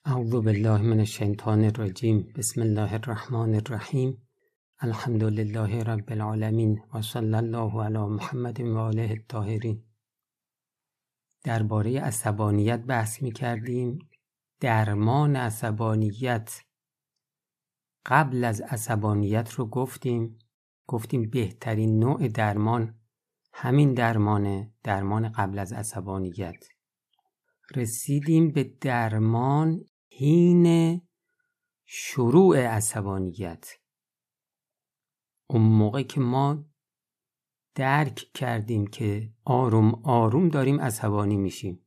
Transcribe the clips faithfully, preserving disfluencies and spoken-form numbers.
اعوذ بالله من الشیطان الرجیم. بسم الله الرحمن الرحیم. الحمد لله رب العالمین و صلی الله علی محمد و آله الطاهرین. درباره عصبانیت بحث می کردیم. درمان عصبانیت، قبل از عصبانیت رو گفتیم. گفتیم بهترین نوع درمان همین درمانه، درمان قبل از عصبانیت. رسیدیم به درمان حین شروع عصبانیت. اون موقع که ما درک کردیم که آروم آروم داریم عصبانی میشیم،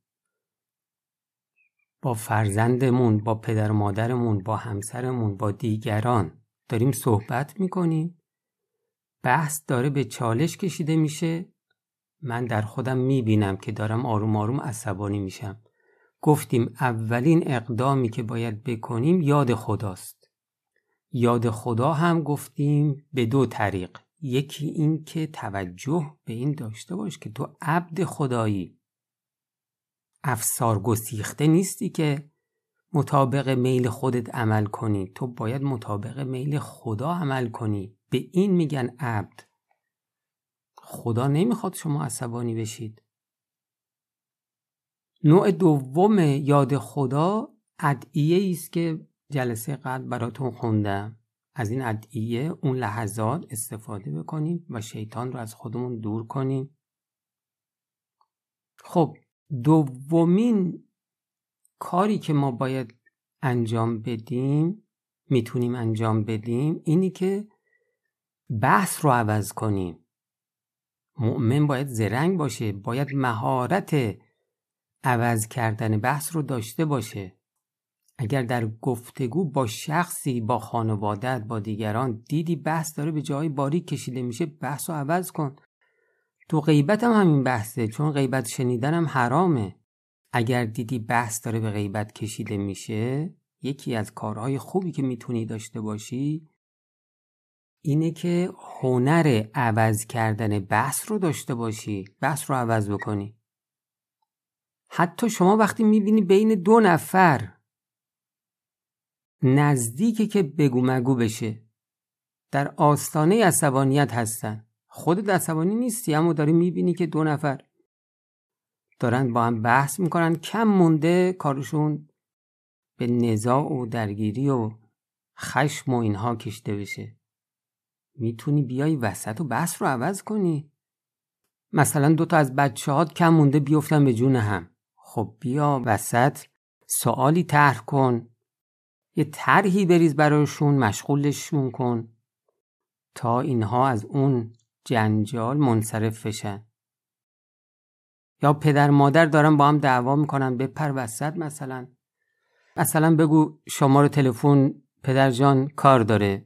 با فرزندمون، با پدر و مادرمون، با همسرمون، با دیگران داریم صحبت میکنیم، بحث داره به چالش کشیده میشه، من در خودم میبینم که دارم آروم آروم عصبانی میشم. گفتیم اولین اقدامی که باید بکنیم یاد خداست. یاد خدا هم گفتیم به دو طریق. یکی این که توجه به این داشته باش که تو عبد خدایی، افسار گسیخته نیستی که مطابق میل خودت عمل کنی، تو باید مطابق میل خدا عمل کنی. به این میگن عبد. خدا نمیخواد شما عصبانی بشید. نوع دوم یاد خدا ادعیه است که جلسه قبل براتون خوندم. از این ادعیه اون لحظات استفاده بکنیم و شیطان رو از خودمون دور کنیم. خب دومین کاری که ما باید انجام بدیم، میتونیم انجام بدیم، اینی که بحث رو عوض کنیم. مؤمن باید زرنگ باشه، باید مهارت عوض کردن بحث رو داشته باشه. اگر در گفتگو با شخصی، با خانوادت، با دیگران دیدی بحث داره به جای باریک کشیده میشه، بحث رو عوض کن. تو غیبت هم همین بحثه، چون غیبت شنیدن هم حرامه. اگر دیدی بحث داره به غیبت کشیده میشه، یکی از کارهای خوبی که میتونی داشته باشی اینه که هنر عوض کردن بحث رو داشته باشی، بحث رو عوض بکنی. حتی شما وقتی میبینی بین دو نفر نزدیکه که بگو مگو بشه، در آستانه عصبانیت هستن، خودت عصبانی نیستی اما داری میبینی که دو نفر دارن با هم بحث میکنن، کم مونده کارشون به نزاع و درگیری و خشم و اینها کشیده بشه، میتونی بیای وسط و بحث رو عوض کنی. مثلا دوتا از بچه هات کم مونده بیفتن به جون هم، خب بیا وسط سوالی طرح کن، یه طرحی بریز براشون، مشغولشون کن تا اینها از اون جنجال منصرف بشن. یا پدر مادر دارن با هم دعوا میکنن، بپر وسط، مثلا مثلا بگو شماره تلفن پدر جان کار داره.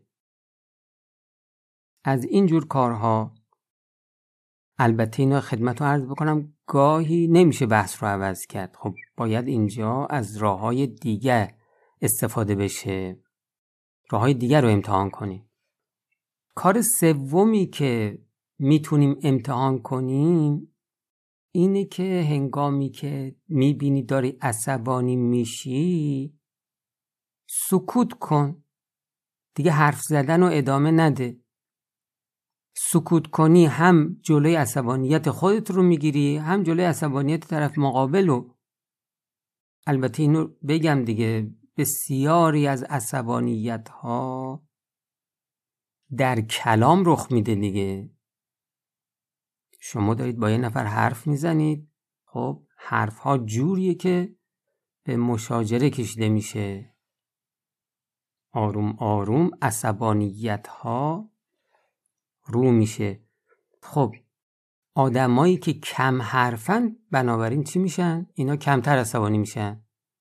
از اینجور کارها البته اینا خدمت رو عرض بکنم گاهی نمیشه بحث رو عوض کرد. خب باید اینجا از راههای دیگه استفاده بشه، راههای دیگه رو امتحان کنیم. کار سومی که میتونیم امتحان کنیم اینه که هنگامی که میبینی داری عصبانی میشی، سکوت کن، دیگه حرف زدن رو ادامه نده. سکوت کنی هم جلوی عصبانیت خودت رو میگیری، هم جلوی عصبانیت طرف مقابل رو. البته اینو بگم دیگه، بسیاری از عصبانیت ها در کلام رخ میده دیگه. شما دارید با یه نفر حرف میزنید، خب حرف ها جوریه که به مشاجره کشیده میشه. آروم آروم عصبانیت ها رو میشه. خب آدمایی که کم حرفن بنابراین چی میشن؟ اینا کمتر عصبانی میشن.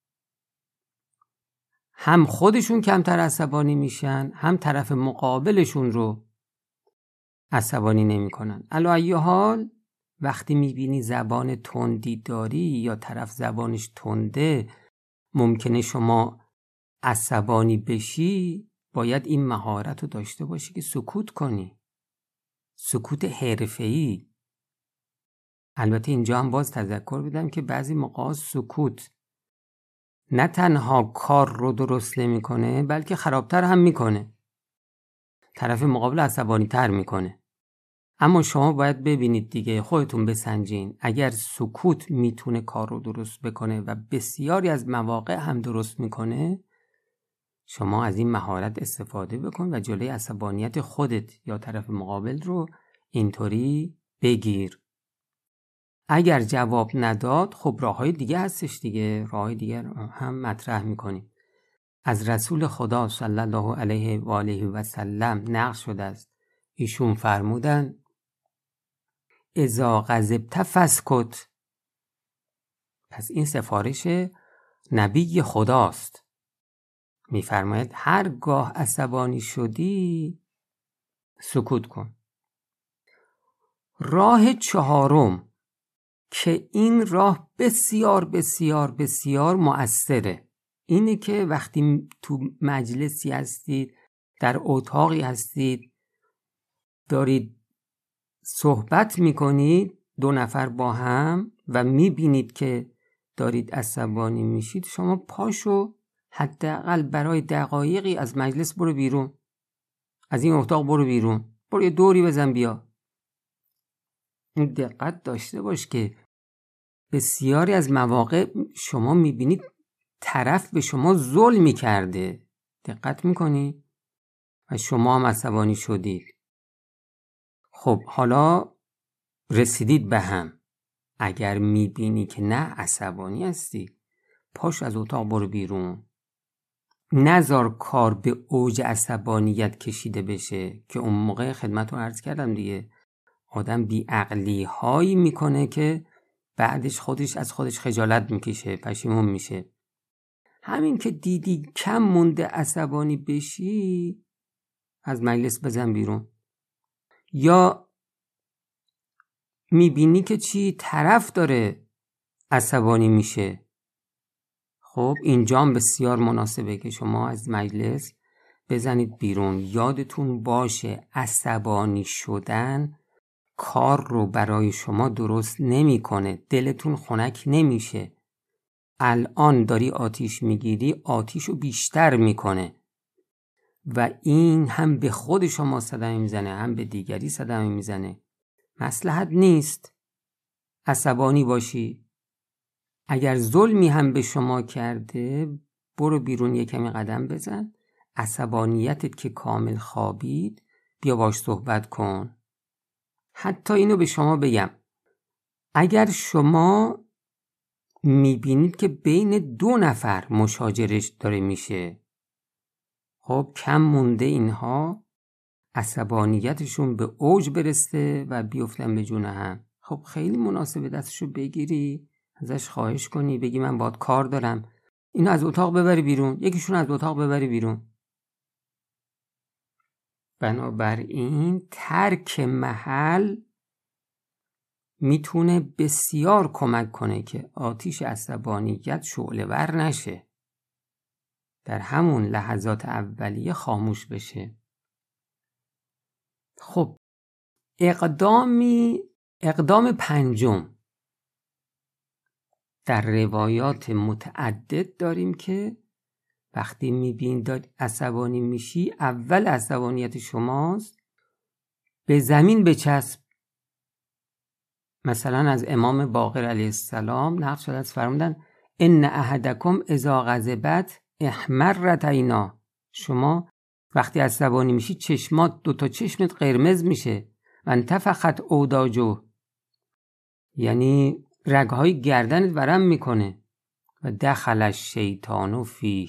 هم خودشون کمتر عصبانی میشن، هم طرف مقابلشون رو عصبانی نمی کنن. علی ای حال وقتی میبینی زبان تندی داری یا طرف زبانش تنده، ممکنه شما عصبانی بشی، باید این مهارت رو داشته باشی که سکوت کنی، سکوت حرفه‌ای. البته اینجا هم باز تذکر بدم که بعضی موقع سکوت نه تنها کار رو درست نمیکنه بلکه خرابتر هم میکنه. طرف مقابل عصبانی تر میکنه. اما شما باید ببینید دیگه، خودتون بسنجین، اگر سکوت میتونه کار رو درست بکنه و بسیاری از مواقع هم درست میکنه، شما از این مهارت استفاده بکن و جلوی عصبانیت خودت یا طرف مقابل رو اینطوری بگیر. اگر جواب نداد، خب راههای دیگه هستش دیگه، راههای دیگه هم مطرح میکنیم. از رسول خدا صلی الله علیه و آله و سلم نقل شده است، ایشون فرمودن اذا غضبت فاسکت. پس این سفارش نبی خداست، میفرماید هرگاه عصبانی شدی سکوت کن. راه چهارم که این راه بسیار بسیار بسیار مؤثره، اینه که وقتی تو مجلسی هستید، در اتاقی هستید، دارید صحبت میکنید دو نفر با هم و میبینید که دارید عصبانی میشید، شما پاشو حداقل برای دقایقی از مجلس برو بیرون، از این اتاق برو بیرون، برو یه دوری بزن بیا. دقت داشته باش که بسیاری از مواقع شما میبینید طرف به شما ظلم کرده، دقت میکنی و شما هم عصبانی شدید. خب حالا رسیدید به هم، اگر میبینی که نه عصبانی هستی، پاش از اتاق برو بیرون. نذار کار به اوج عصبانیت کشیده بشه که اون موقع خدمت رو عرض کردم دیگه، آدم بیعقلی هایی میکنه که بعدش خودش از خودش خجالت میکشه، پشیمون میشه. همین که دیدی کم مونده عصبانی بشی، از مجلس بزن بیرون. یا میبینی که چی طرف داره عصبانی میشه، خب اینجا هم بسیار مناسبه که شما از مجلس بزنید بیرون. یادتون باشه عصبانی شدن کار رو برای شما درست نمیکنه، دلتون خنک نمیشه. الان داری آتیش میگیری، آتیش رو بیشتر میکنه و این هم به خود شما صدمه میزنه هم به دیگری صدمه میزنه. مصلحت نیست عصبانی باشی. اگر ظلمی هم به شما کرده، برو بیرون یک کمی قدم بزن، عصبانیتت که کامل خوابید بیا باش صحبت کن. حتی اینو به شما بگم، اگر شما میبینید که بین دو نفر مشاجرش داره میشه، خب کم مونده اینها عصبانیتشون به اوج برسته و بیفتن به جون هم، خب خیلی مناسبه دستشو بگیری، ازش خواهش کنی، بگی من باید کار دارم، اینو از اتاق ببری بیرون، یکیشون از اتاق ببری بیرون. بنابراین ترک محل میتونه بسیار کمک کنه که آتیش عصبانیت شعله ور نشه، در همون لحظات اولیه خاموش بشه. خب اقدامی اقدام پنجم، در روایات متعدد داریم که وقتی میبین داری عصبانی میشی، اول عصبانیت شماست، به زمین بچسب. مثلا از امام باقر علیه السلام نقل شده است، فرمودن ان احدکم اذا غضبت احمرت عینا. شما وقتی عصبانی میشی چشمات، دوتا چشمت قرمز میشه. و انتفخت اوداجو، یعنی رگهای گردنت ورم میکنه. و دخل الشیطان فیه،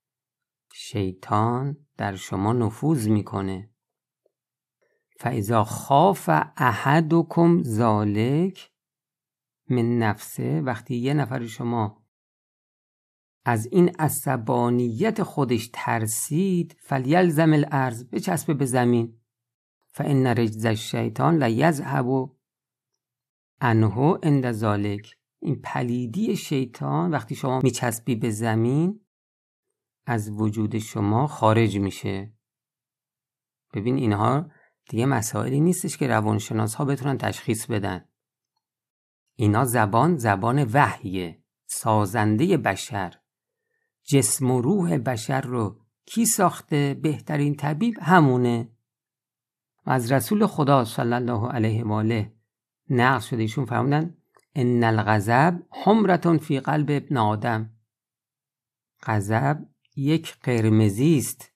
شیطان در شما نفوذ میکنه. فاذا خاف احدکم ذالک من نفسه، وقتی یه نفر شما از این عصبانیت خودش ترسید، فلیلزم الارض، بچسبه به زمین. فان رجز الشیطان لیذهب عنه عند ذالک، این پلیدی شیطان وقتی شما میچسبی به زمین از وجود شما خارج میشه. ببین اینها دیگه مسائلی نیستش که روانشناس ها بتونن تشخیص بدن. اینا زبان زبان وحیه، سازنده بشر. جسم و روح بشر رو کی ساخته؟ بهترین طبیب همونه. و از رسول خدا صلی الله علیه و آله نقل شده، ایشون فرمودن ان الغضب حمرة فی قلب ابن آدم. غضب یک قرمزی است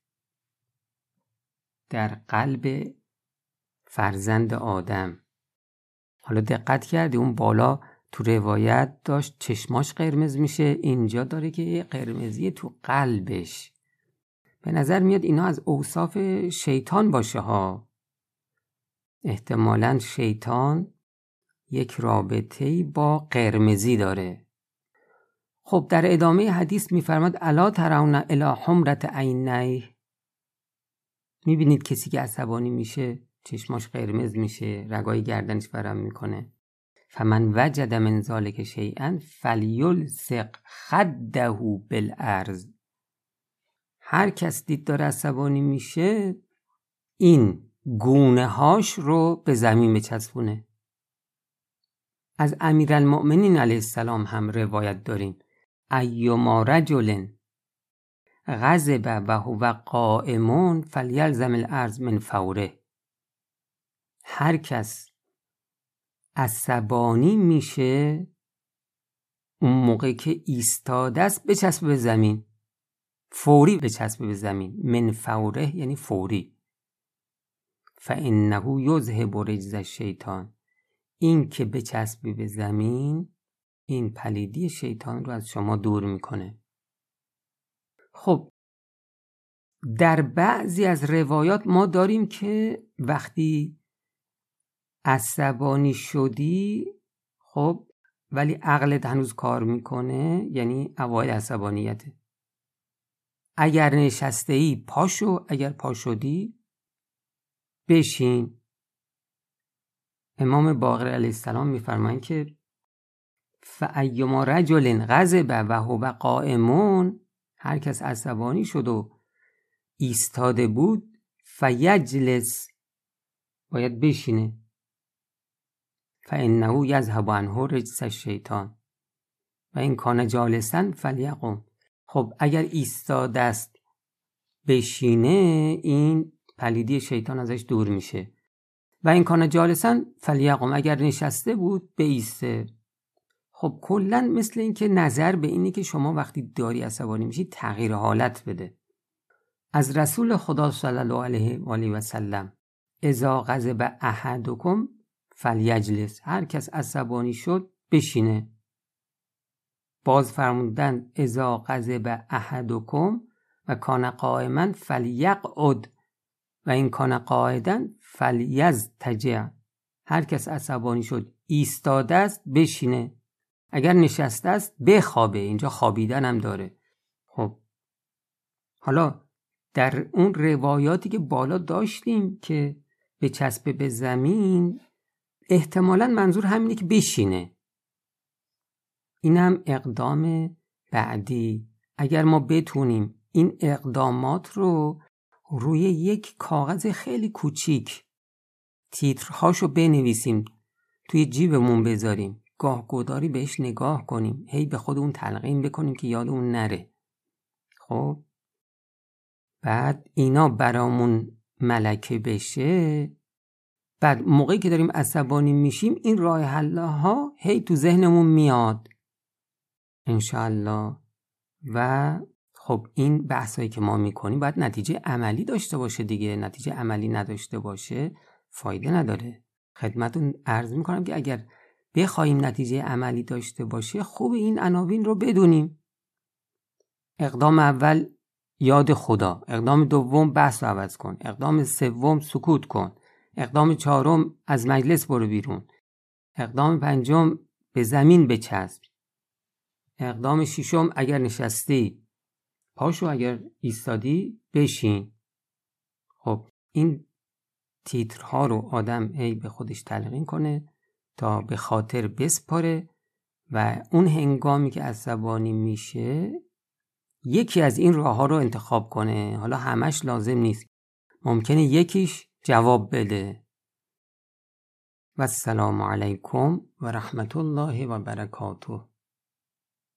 در قلب فرزند آدم. حالا دقت کردی اون بالا تو روایت داشت چشماش قرمز میشه، اینجا داره که یه قرمزی تو قلبش. به نظر میاد اینا از اوصاف شیطان باشه ها. احتمالاً شیطان یک رابطه‌ای با قرمزی داره. خب در ادامه حدیث میفرماد الا ترون الی حمرة عینیه. میبینید کسی که عصبانی میشه چشماش قرمز میشه، رگای گردنش ورم میکنه. فمن وجد من ذلک شیئا فلیلصق خده بالارض. هر کس دید داره عصبانی میشه این گونه هاش رو به زمین بچسبونه. از امیرالمؤمنین علیه السلام هم روایت داریم ایما رجل غضب و هو قائم فلیلزم الارض من فوره. هر کس عصبانی میشه اون موقع که ایستاده است بچسبه به زمین، فوری بچسبه به زمین. من فوره یعنی فوری. فانه یذهب رجز الشیطان. این که بچسبی به زمین این پلیدی شیطان رو از شما دور میکنه. خب در بعضی از روایات ما داریم که وقتی عصبانی شدی خب ولی عقلت هنوز کار میکنه، یعنی اوایل عصبانیته. اگر نشسته ای پاشو، اگر پاشدی بشین. امام باقر علیه السلام میفرمایند که فایما رجل غضب و هو قائم. هر کس عصبانی شد و ایستاده بود فیجلس، باید بشینه. فانه یذهب عنه رجس الشیطان و این کان جالسا فلیقم. خب اگر ایستاده است بشینه این پلیدی شیطان ازش دور میشه. و این کان جالسا فلیقم، اگر نشسته بود بایسته. خب کلا مثل این که نظر به اینی که شما وقتی داری عصبانی میشی تغییر حالت بده. از رسول خدا صلی الله علیه و آله و سلم اذا غضب احدکم فلیجلس. هر کس عصبانی شد بشینه. باز فرمودن اذا غضب احدکم و کان قائما فلیقعد و این کان قاعدا فلیضطجع. هر کس عصبانی شد ایستاده است بشینه، اگر نشسته است بخوابه. اینجا خوابیدن هم داره. خب حالا در اون روایاتی که بالا داشتیم که به چسب به زمین احتمالاً منظور همینه که بشینه. این هم اقدام بعدی. اگر ما بتونیم این اقدامات رو روی یک کاغذ خیلی کوچیک تیترهاشو بنویسیم، توی جیبمون بذاریم، گاه گداری بهش نگاه کنیم، هی به خودمون تلقین بکنیم که یادمون نره. خب بعد اینا برامون ملکه بشه. بعد موقعی که داریم عصبانی میشیم این راه حل ها هی تو ذهنمون میاد انشاءالله. و خب این بحثایی که ما میکنیم باید نتیجه عملی داشته باشه دیگه. نتیجه عملی نداشته باشه فایده نداره. خدمتون عرض میکنم که اگر بخوایم نتیجه عملی داشته باشه خوب این عناوین رو بدونیم. اقدام اول یاد خدا، اقدام دوم بحث رو عوض کن، اقدام سوم سکوت کن، اقدام چهارم از مجلس برو بیرون، اقدام پنجم به زمین بچسب، اقدام ششم اگر نشستی پاشو، اگر ایستادی بشین. خب این تیترها رو آدم ای به خودش تلقین کنه تا به خاطر بسپاره و اون هنگامی که عصبانی میشه یکی از این راه ها رو انتخاب کنه. حالا همش لازم نیست، ممکنه یکیش جواب بده. و السلام علیکم و رحمت الله و برکاته.